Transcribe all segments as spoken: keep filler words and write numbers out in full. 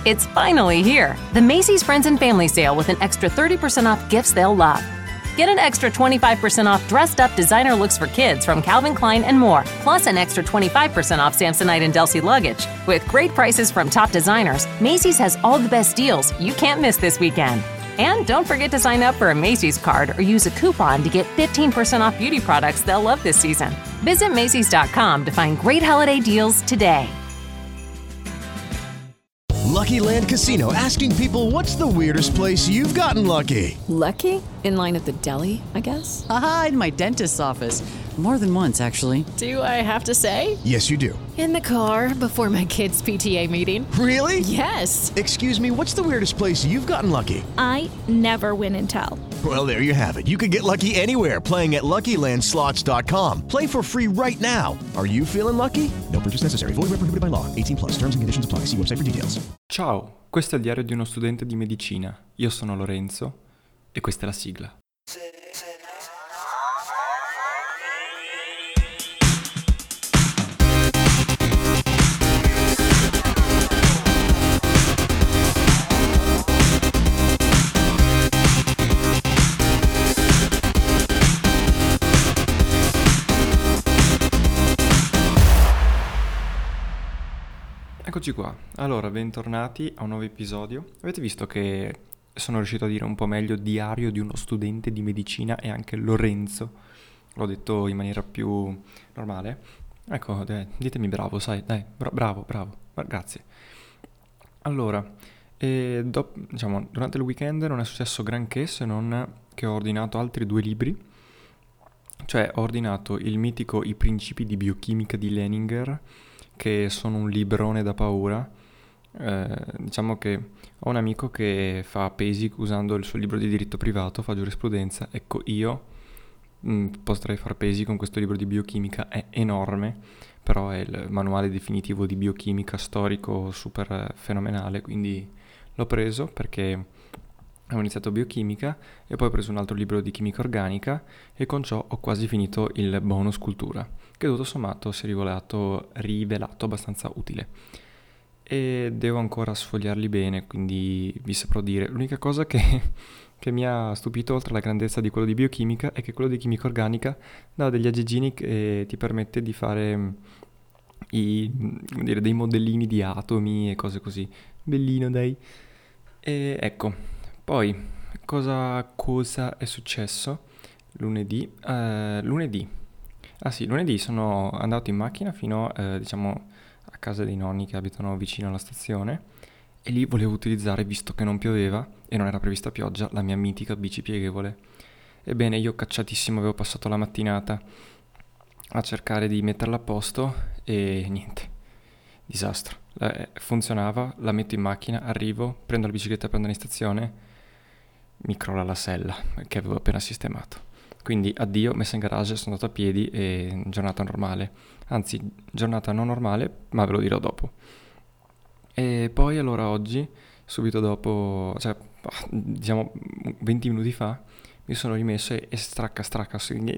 It's finally here. The Macy's Friends and Family Sale with an extra thirty percent off gifts they'll love. Get an extra twenty-five percent off dressed-up designer looks for kids from Calvin Klein and more, plus an extra twenty-five percent off Samsonite and Delsey luggage. With great prices from top designers, Macy's has all the best deals you can't miss this weekend. And don't forget to sign up for a Macy's card or use a coupon to get fifteen percent off beauty products they'll love this season. Visit Macys dot com to find great holiday deals today. Lucky Land Casino, asking people, what's the weirdest place you've gotten lucky? Lucky? In line at the deli, I guess? Aha, in my dentist's office. More than once, actually. Do I have to say? Yes, you do. In the car before my kids' P T A meeting. Really? Yes. Excuse me, what's the weirdest place you've gotten lucky? I never win and tell. Well, there you have it. You can get lucky anywhere, playing at Lucky Land Slots dot com. Play for free right now. Are you feeling lucky? No purchase necessary. Void where prohibited by law. eighteen plus. Terms and conditions apply. See website for details. Ciao, questo è il diario di uno studente di medicina. Io sono Lorenzo e questa è la sigla. Eccoci qua, allora bentornati a un nuovo episodio. Avete visto che sono riuscito a dire un po' meglio diario di uno studente di medicina e anche Lorenzo, l'ho detto in maniera più normale. Ecco, dai, ditemi bravo, sai, dai, bra- bravo, bravo, grazie. Allora, eh, dop- diciamo, durante il weekend non è successo granché se non che ho ordinato altri due libri. Cioè ho ordinato il mitico I principi di biochimica di Leninger, che sono un librone da paura. Eh, diciamo che ho un amico che fa pesi usando il suo libro di diritto privato, fa giurisprudenza. Ecco, io mh, potrei far pesi con questo libro di biochimica, è enorme, però è il manuale definitivo di biochimica storico super fenomenale, quindi l'ho preso perché ho iniziato biochimica e poi ho preso un altro libro di chimica organica e con ciò ho quasi finito il bonus cultura, che tutto sommato si è rivelato, rivelato abbastanza utile. E devo ancora sfogliarli bene, quindi vi saprò dire. L'unica cosa che, che mi ha stupito, oltre alla grandezza di quello di biochimica, è che quello di chimica organica dà degli aggeggini che ti permette di fare i, come dire, dei modellini di atomi e cose così. Bellino, dai. E ecco. Poi, cosa, cosa è successo lunedì? Uh, lunedì. Ah sì, lunedì sono andato in macchina fino, eh, diciamo, a casa dei nonni che abitano vicino alla stazione e lì volevo utilizzare, visto che non pioveva e non era prevista pioggia, la mia mitica bici pieghevole. Ebbene, io cacciatissimo avevo passato la mattinata a cercare di metterla a posto e niente, disastro. Eh, funzionava, la metto in macchina, arrivo, prendo la bicicletta per andare in stazione, mi crolla la sella che avevo appena sistemato. Quindi addio, messa in garage, sono andato a piedi e giornata normale. Anzi, giornata non normale, ma ve lo dirò dopo. E poi allora oggi, subito dopo, cioè diciamo venti minuti fa, mi sono rimesso e, e stracca stracca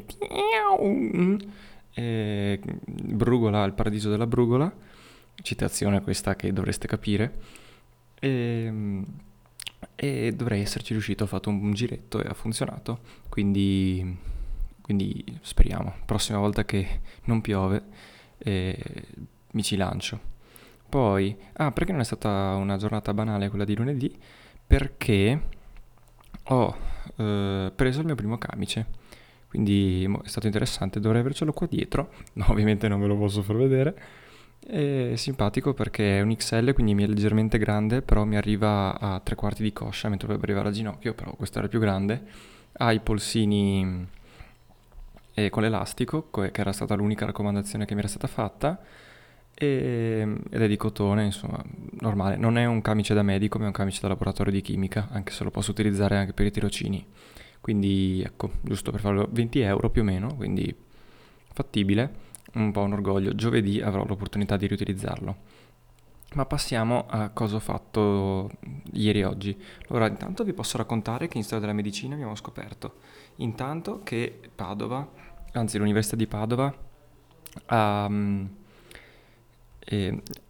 e Brugola, il paradiso della Brugola, citazione questa che dovreste capire, e... e dovrei esserci riuscito, ho fatto un giretto e ha funzionato, quindi, quindi speriamo, prossima volta che non piove eh, mi ci lancio. Poi, ah, perché non è stata una giornata banale quella di lunedì? Perché ho eh, preso il mio primo camice, quindi è stato interessante, dovrei avercelo qua dietro, no, ovviamente non ve lo posso far vedere. È simpatico perché è un X L, quindi mi è leggermente grande, però mi arriva a tre quarti di coscia, mentre dovrebbe arrivare al ginocchio, però questo era più grande. Ha i polsini eh, con l'elastico, che era stata l'unica raccomandazione che mi era stata fatta, e, ed è di cotone, insomma, normale. Non è un camice da medico, ma è un camice da laboratorio di chimica, anche se lo posso utilizzare anche per i tirocini. Quindi, ecco, giusto per farlo, venti euro più o meno, quindi fattibile. Un po' un orgoglio, giovedì avrò l'opportunità di riutilizzarlo. Ma passiamo a cosa ho fatto ieri e oggi. Allora, intanto vi posso raccontare che in storia della medicina abbiamo scoperto intanto che Padova, anzi l'Università di Padova ha, eh,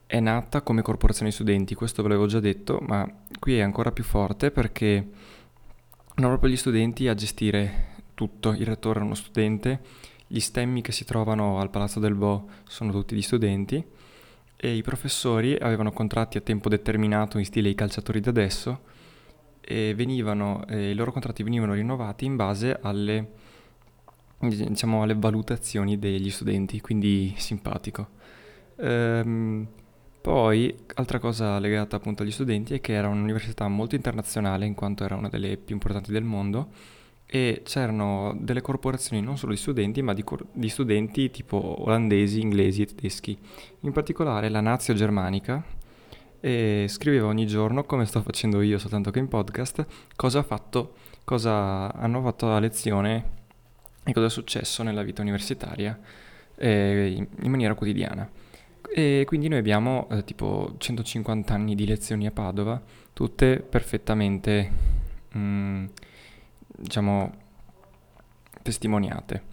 è nata come corporazione di studenti, questo ve l'avevo già detto, ma qui è ancora più forte perché sono proprio gli studenti a gestire tutto. Il rettore è uno studente, gli stemmi che si trovano al Palazzo del Vo sono tutti gli studenti e i professori avevano contratti a tempo determinato in stile i calciatori di adesso e venivano, eh, i loro contratti venivano rinnovati in base alle, diciamo, alle valutazioni degli studenti, quindi simpatico. Ehm, Poi, altra cosa legata appunto agli studenti è che era un'università molto internazionale in quanto era una delle più importanti del mondo e c'erano delle corporazioni non solo di studenti ma di, cor- di studenti tipo olandesi, inglesi e tedeschi. In particolare la Nazio Germanica e scriveva ogni giorno, come sto facendo io soltanto che in podcast, cosa ha fatto, cosa hanno fatto a lezione e cosa è successo nella vita universitaria eh, in, in maniera quotidiana. E quindi noi abbiamo eh, tipo centocinquanta anni di lezioni a Padova, tutte perfettamente, mm, diciamo, testimoniate.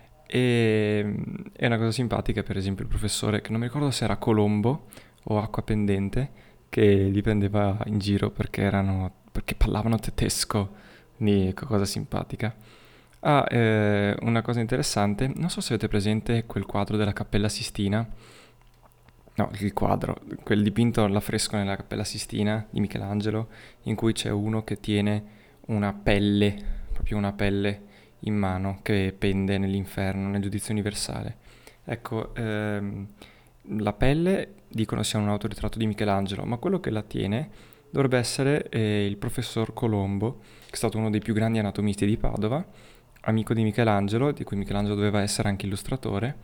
E mm, è una cosa simpatica, per esempio, il professore, che non mi ricordo se era Colombo o Acqua Pendente, che li prendeva in giro perché erano, perché parlavano tedesco, quindi ecco, cosa simpatica. Ah, eh, una cosa interessante, non so se avete presente quel quadro della Cappella Sistina. No, il quadro, quel dipinto all'affresco nella Cappella Sistina di Michelangelo, in cui c'è uno che tiene una pelle, proprio una pelle in mano, che pende nell'inferno, nel giudizio universale. Ecco, ehm, la pelle dicono sia un autoritratto di Michelangelo, ma quello che la tiene dovrebbe essere eh, il professor Colombo, che è stato uno dei più grandi anatomisti di Padova, amico di Michelangelo, di cui Michelangelo doveva essere anche illustratore,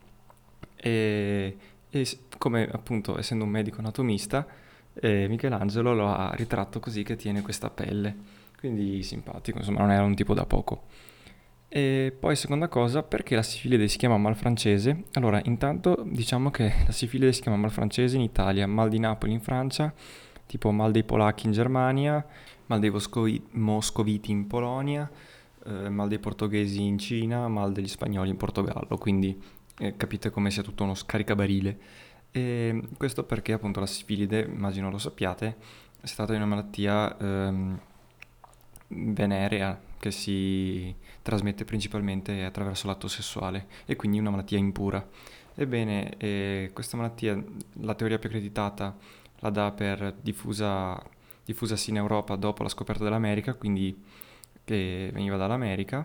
e... E come appunto essendo un medico anatomista, eh, Michelangelo lo ha ritratto così che tiene questa pelle, quindi simpatico, insomma non era un tipo da poco. E poi seconda cosa, perché la sifilide si chiama mal francese? Allora, intanto diciamo che la sifilide si chiama mal francese in Italia, mal di Napoli in Francia, tipo mal dei polacchi in Germania, mal dei moscovi- moscoviti in Polonia, eh, mal dei portoghesi in Cina, mal degli spagnoli in Portogallo, quindi Eh, capite come sia tutto uno scaricabarile. E questo perché appunto la sifilide, immagino lo sappiate, si tratta di una malattia ehm, venerea che si trasmette principalmente attraverso l'atto sessuale e quindi una malattia impura. Ebbene, eh, questa malattia, la teoria più accreditata la dà per diffusa, diffusasi in Europa dopo la scoperta dell'America, quindi che veniva dall'America.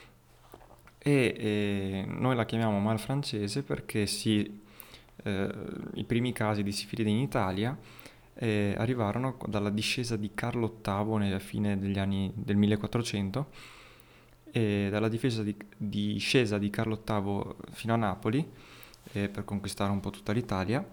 E eh, noi la chiamiamo mal francese perché si, eh, i primi casi di sifilide in Italia eh, arrivarono dalla discesa di Carlo ottavo nella fine degli anni del millequattrocento e dalla difesa di, discesa di Carlo ottavo fino a Napoli eh, per conquistare un po' tutta l'Italia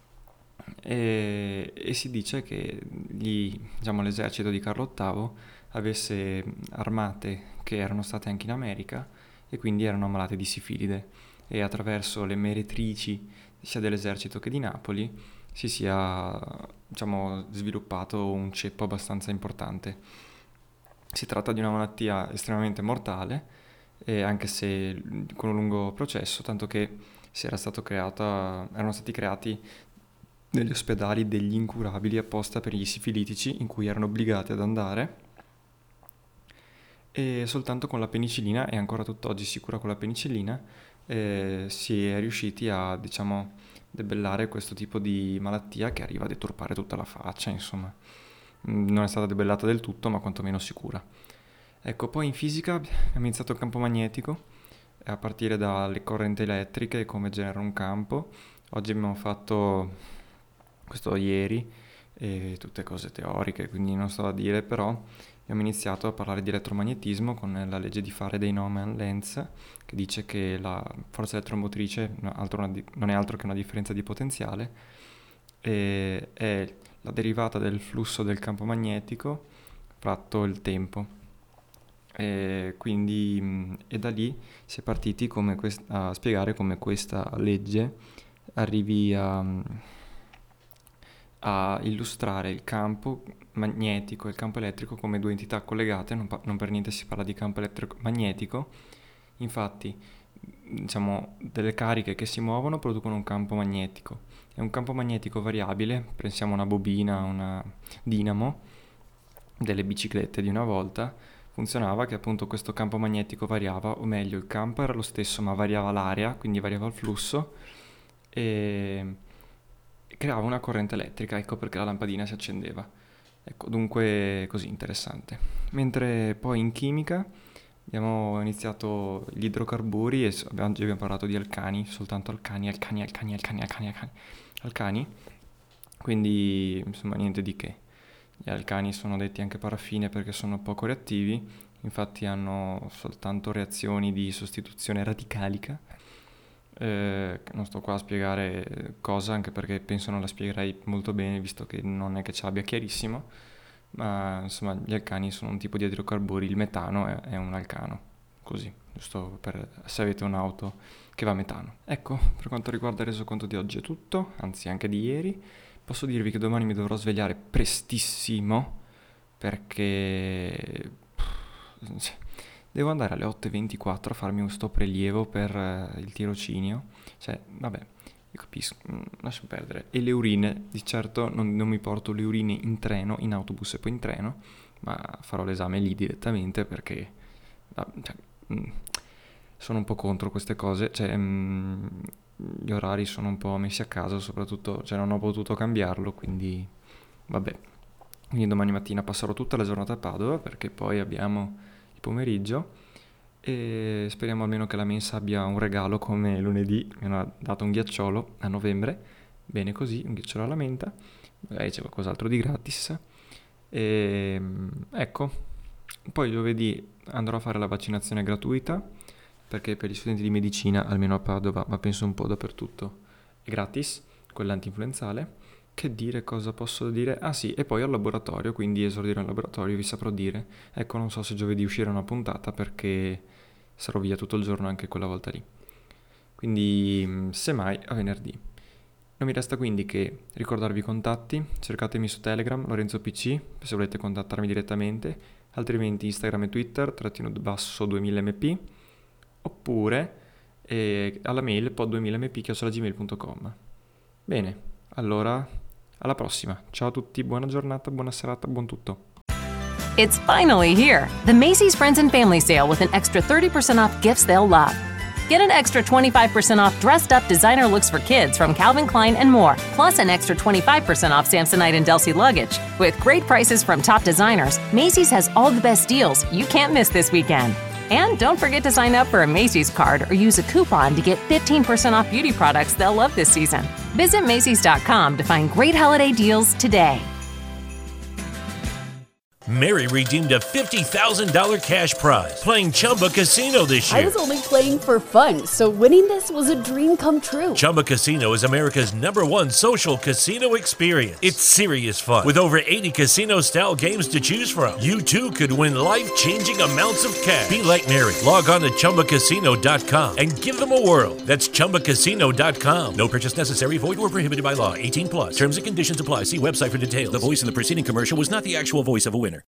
e, e si dice che gli, diciamo, l'esercito di Carlo ottavo avesse armate che erano state anche in America e quindi erano ammalate di sifilide e attraverso le meretrici sia dell'esercito che di Napoli si sia, diciamo, sviluppato un ceppo abbastanza importante. Si tratta di una malattia estremamente mortale, eh, anche se con un lungo processo, tanto che si era stato creata, erano stati creati degli ospedali degli incurabili apposta per gli sifilitici in cui erano obbligati ad andare. E soltanto con la penicillina, e ancora tutt'oggi si cura con la penicillina, eh, si è riusciti a, diciamo, debellare questo tipo di malattia che arriva a deturpare tutta la faccia, insomma. Non è stata debellata del tutto, ma quantomeno si cura. Ecco, poi in fisica abbiamo iniziato il campo magnetico, a partire dalle correnti elettriche e come genera un campo. Oggi abbiamo fatto, questo ieri, e tutte cose teoriche, quindi non sto a dire, però abbiamo iniziato a parlare di elettromagnetismo con la legge di Faraday-Neumann-Lenz, che dice che la forza elettromotrice non è altro che una differenza di potenziale e è la derivata del flusso del campo magnetico fratto il tempo. E quindi e da lì si è partiti come quest- a spiegare come questa legge arrivi a, a illustrare il campo magnetico e il campo elettrico come due entità collegate, non, pa- non per niente si parla di campo elettromagnetico. Infatti diciamo, delle cariche che si muovono producono un campo magnetico. È un campo magnetico variabile, pensiamo a una bobina, una dinamo delle biciclette di una volta. Funzionava che appunto questo campo magnetico variava, o meglio il campo era lo stesso ma variava l'area, quindi variava il flusso e creava una corrente elettrica, ecco perché la lampadina si accendeva. Ecco, dunque così interessante. Mentre poi in chimica abbiamo iniziato gli idrocarburi e abbiamo, oggi abbiamo parlato di alcani, soltanto alcani, alcani, alcani, alcani, alcani, alcani, alcani. Quindi insomma niente di che. Gli alcani sono detti anche paraffine perché sono poco reattivi, infatti hanno soltanto reazioni di sostituzione radicalica. Eh, non sto qua a spiegare cosa, anche perché penso non la spiegherei molto bene, visto che non è che ce l'abbia chiarissimo, ma insomma gli alcani sono un tipo di idrocarburi, il metano è, è un alcano, così, giusto per se avete un'auto che va a metano. Ecco, per quanto riguarda il resoconto di oggi è tutto, anzi anche di ieri. Posso dirvi che domani mi dovrò svegliare prestissimo perché devo andare alle otto e ventiquattro a farmi un soprallievo per uh, il tirocinio. Cioè, vabbè, io capisco, mm, lascio perdere. E le urine, di certo non, non mi porto le urine in treno, in autobus e poi in treno, ma farò l'esame lì direttamente perché cioè, mm, sono un po' contro queste cose. Cioè, mm, gli orari sono un po' messi a caso, soprattutto, cioè non ho potuto cambiarlo, quindi vabbè. Quindi domani mattina passerò tutta la giornata a Padova perché poi abbiamo il pomeriggio e speriamo almeno che la mensa abbia un regalo come lunedì, mi hanno dato un ghiacciolo a novembre, bene così, un ghiacciolo alla menta, magari c'è qualcos'altro di gratis. E ecco, poi giovedì andrò a fare la vaccinazione gratuita, perché per gli studenti di medicina, almeno a Padova, ma penso un po' dappertutto, è gratis, quella antinfluenzale. Che dire, cosa posso dire? Ah sì, e poi al laboratorio, quindi esordirò in laboratorio, vi saprò dire. Ecco, non so se giovedì uscirà una puntata perché sarò via tutto il giorno anche quella volta lì. Quindi, semmai, a venerdì. Non mi resta quindi che ricordarvi i contatti, cercatemi su Telegram, Lorenzo P C, se volete contattarmi direttamente, altrimenti Instagram e Twitter, trattino basso duemila M P, oppure eh, alla mail pod duemila m p chiocciola gmail punto com. Bene, allora alla prossima. Ciao a tutti, buona giornata, buona serata, buon tutto. It's finally here, the Macy's Friends and Family Sale with an extra thirty percent off gifts they'll love. Get an extra twenty-five percent off dressed up designer looks for kids from Calvin Klein and more, plus an extra twenty-five percent off Samsonite and Delsey luggage. With great prices from top designers, Macy's has all the best deals you can't miss this weekend. And don't forget to sign up for a Macy's card or use a coupon to get fifteen percent off beauty products they'll love this season. Visit Macy's dot com to find great holiday deals today. Mary redeemed a fifty thousand dollars cash prize playing Chumba Casino this year. I was only playing for fun, so winning this was a dream come true. Chumba Casino is America's number one social casino experience. It's serious fun. With over eighty casino-style games to choose from, you too could win life-changing amounts of cash. Be like Mary. Log on to Chumba Casino dot com and give them a whirl. That's Chumba Casino dot com. No purchase necessary. Void or prohibited by law. eighteen plus. Terms and conditions apply. See website for details. The voice in the preceding commercial was not the actual voice of a winner.